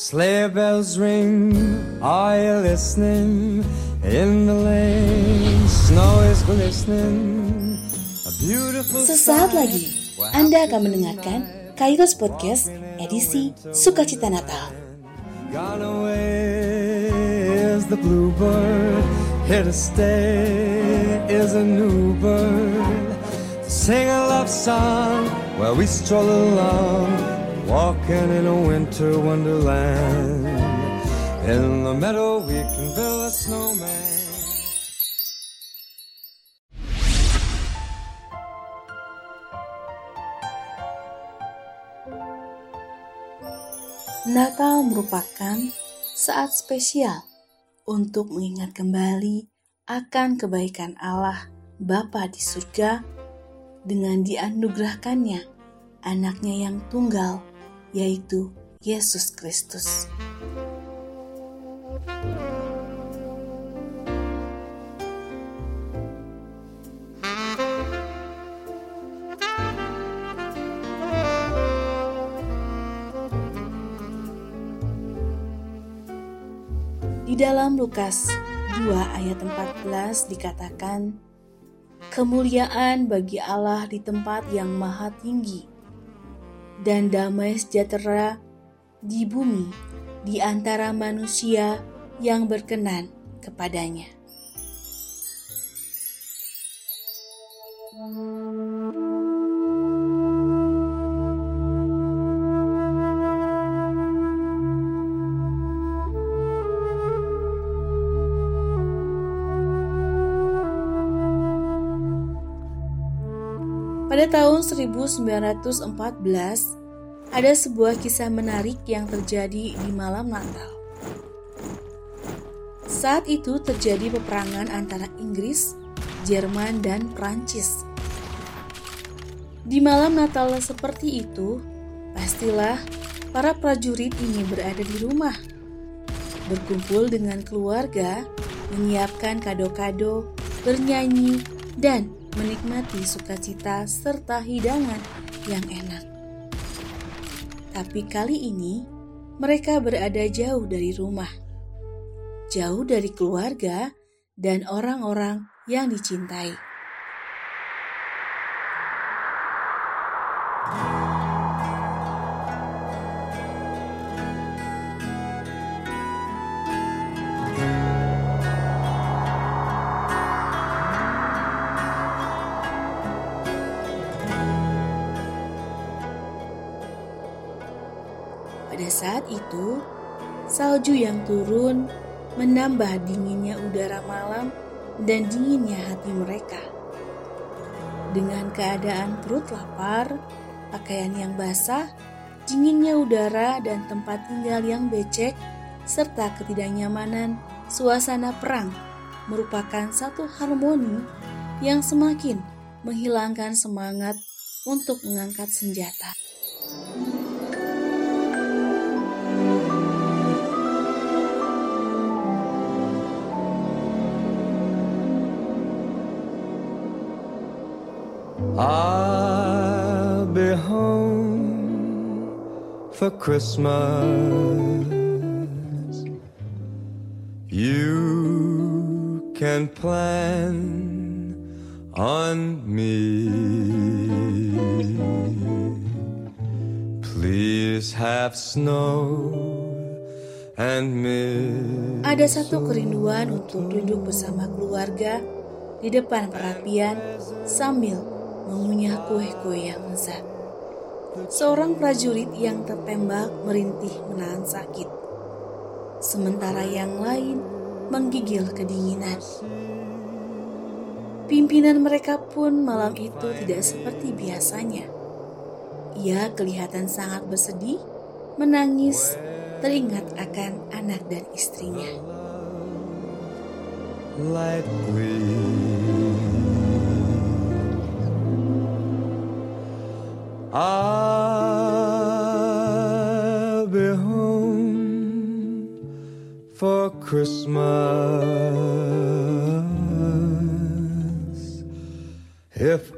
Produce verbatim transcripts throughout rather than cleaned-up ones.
Sleigh bells ring, are you listening? In the lane, snow is glistening. A beautiful Sesaat lagi, Anda akan mendengarkan Kairos Podcast edisi Sukacita Natal. Gone away is the bluebird, here to stay is a new bird. Sing a love song while we stroll along, walking in a winter wonderland. In the meadow we can build a snowman. Natal merupakan saat spesial untuk mengingat kembali akan kebaikan Allah Bapa di surga dengan dianugerahkannya anaknya yang tunggal, yaitu Yesus Kristus. Di dalam Lukas dua ayat empat belas dikatakan, kemuliaan bagi Allah di tempat yang maha tinggi, dan damai sejahtera di bumi di antara manusia yang berkenan kepadanya. Pada tahun seribu sembilan ratus empat belas, ada sebuah kisah menarik yang terjadi di malam Natal. Saat itu terjadi peperangan antara Inggris, Jerman, dan Prancis. Di malam Natal seperti itu, pastilah para prajurit ini berada di rumah, berkumpul dengan keluarga, menyiapkan kado-kado, bernyanyi, dan menikmati sukacita serta hidangan yang enak. Tapi kali ini mereka berada jauh dari rumah, jauh dari keluarga dan orang-orang yang dicintai. Pada saat itu, salju yang turun menambah dinginnya udara malam dan dinginnya hati mereka. Dengan keadaan perut lapar, pakaian yang basah, dinginnya udara dan tempat tinggal yang becek, serta ketidaknyamanan suasana perang merupakan satu harmoni yang semakin menghilangkan semangat untuk mengangkat senjata. I'll be home for Christmas. You can plan on me. Please have snow and mist. Ada satu kerinduan untuk duduk bersama keluarga di depan perapian sambil mengunyah kue-kue yang lezat. Seorang prajurit yang tertembak merintih menahan sakit, sementara yang lain menggigil kedinginan. Pimpinan mereka pun malam itu tidak seperti biasanya. Ia kelihatan sangat bersedih, menangis, teringat akan anak dan istrinya. Light green, I'll be home for Christmas, if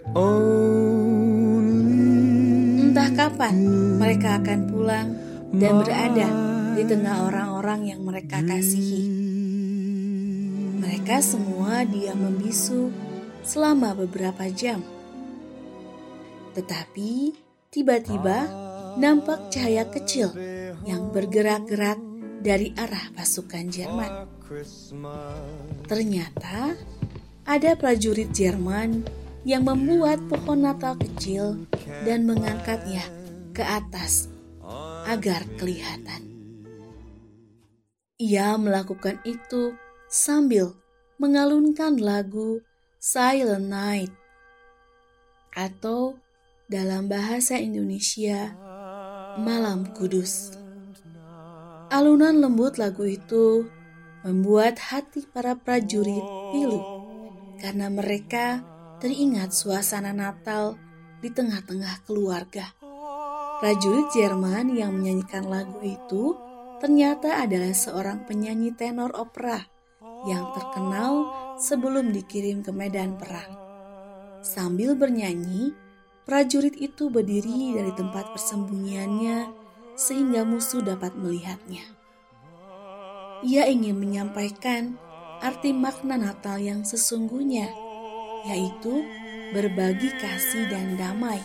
only. Entah kapan mereka akan pulang dan berada di tengah orang-orang yang mereka kasihi. Mereka semua diam membisu selama beberapa jam. Tetapi tiba-tiba nampak cahaya kecil yang bergerak-gerak dari arah pasukan Jerman. Ternyata ada prajurit Jerman yang membuat pohon Natal kecil dan mengangkatnya ke atas agar kelihatan. Ia melakukan itu sambil mengalunkan lagu Silent Night, atau dalam bahasa Indonesia, Malam Kudus. Alunan lembut lagu itu membuat hati para prajurit pilu karena mereka teringat suasana Natal di tengah-tengah keluarga. Prajurit Jerman yang menyanyikan lagu itu ternyata adalah seorang penyanyi tenor opera yang terkenal sebelum dikirim ke medan perang. Sambil bernyanyi, prajurit itu berdiri dari tempat persembunyiannya sehingga musuh dapat melihatnya. Ia ingin menyampaikan arti makna Natal yang sesungguhnya, yaitu berbagi kasih dan damai.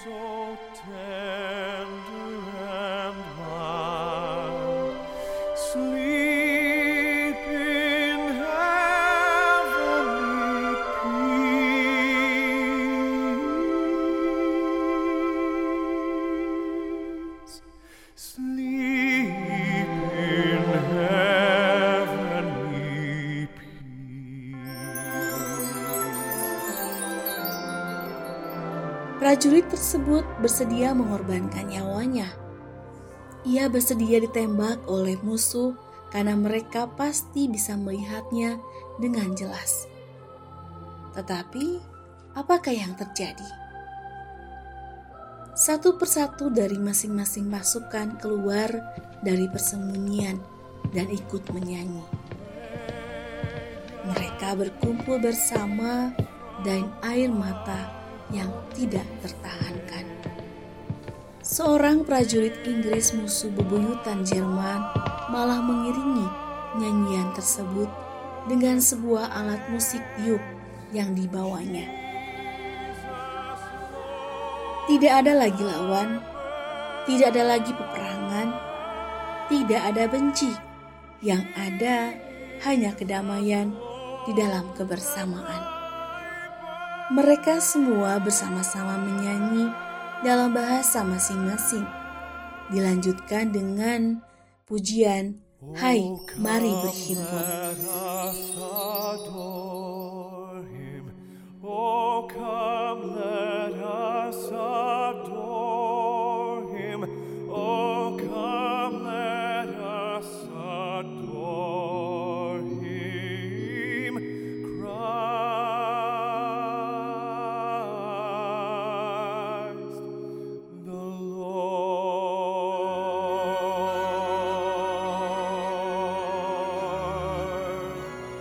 Prajurit tersebut bersedia mengorbankan nyawanya. Ia bersedia ditembak oleh musuh karena mereka pasti bisa melihatnya dengan jelas. Tetapi, apakah yang terjadi? Satu persatu dari masing-masing pasukan keluar dari persembunyian dan ikut menyanyi. Mereka berkumpul bersama dan air mata yang tidak tertahankan. Seorang prajurit Inggris musuh bebuyutan Jerman malah mengiringi nyanyian tersebut dengan sebuah alat musik tiup yang dibawanya. Tidak ada lagi lawan, tidak ada lagi peperangan, tidak ada benci. Yang ada hanya kedamaian di dalam kebersamaan. Mereka semua bersama-sama menyanyi dalam bahasa masing-masing. Dilanjutkan dengan pujian, "Hai, mari berhimpun." Oh, come, let us adore Him. Oh, come, let us adore Him. Christ the Lord.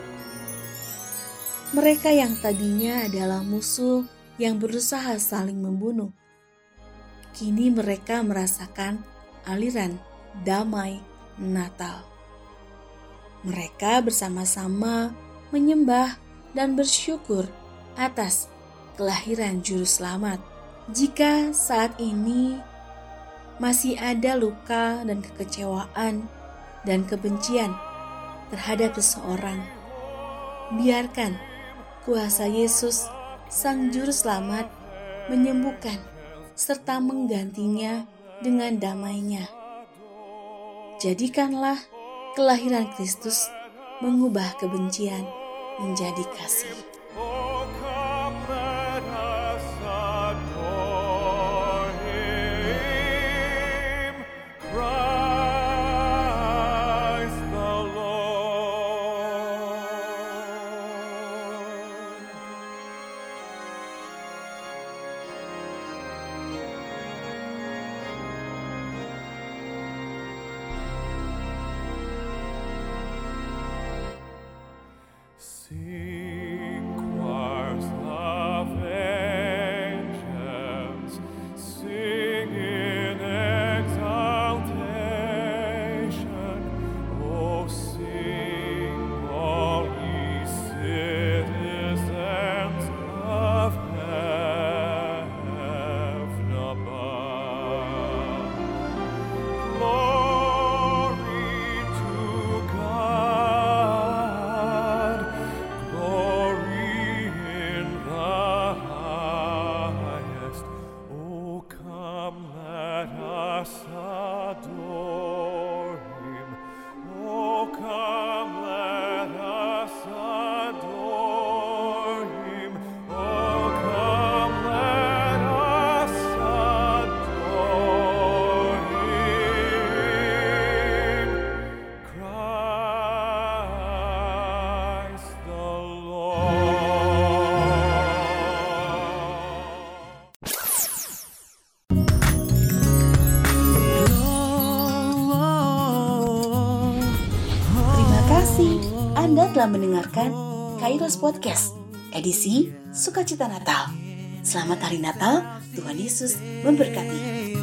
Mereka yang tadinya adalah musuh yang berusaha saling membunuh, kini mereka merasakan aliran damai Natal. Mereka bersama-sama menyembah dan bersyukur atas kelahiran Juru Selamat. Jika saat ini masih ada luka dan kekecewaan dan kebencian terhadap seseorang, biarkan kuasa Yesus, Sang Juru Selamat, menyembuhkan serta menggantinya dengan damainya. Jadikanlah kelahiran Kristus mengubah kebencian menjadi kasih. Sing kasih Anda telah mendengarkan Kairos Podcast, edisi Sukacita Natal. Selamat Hari Natal, Tuhan Yesus memberkati.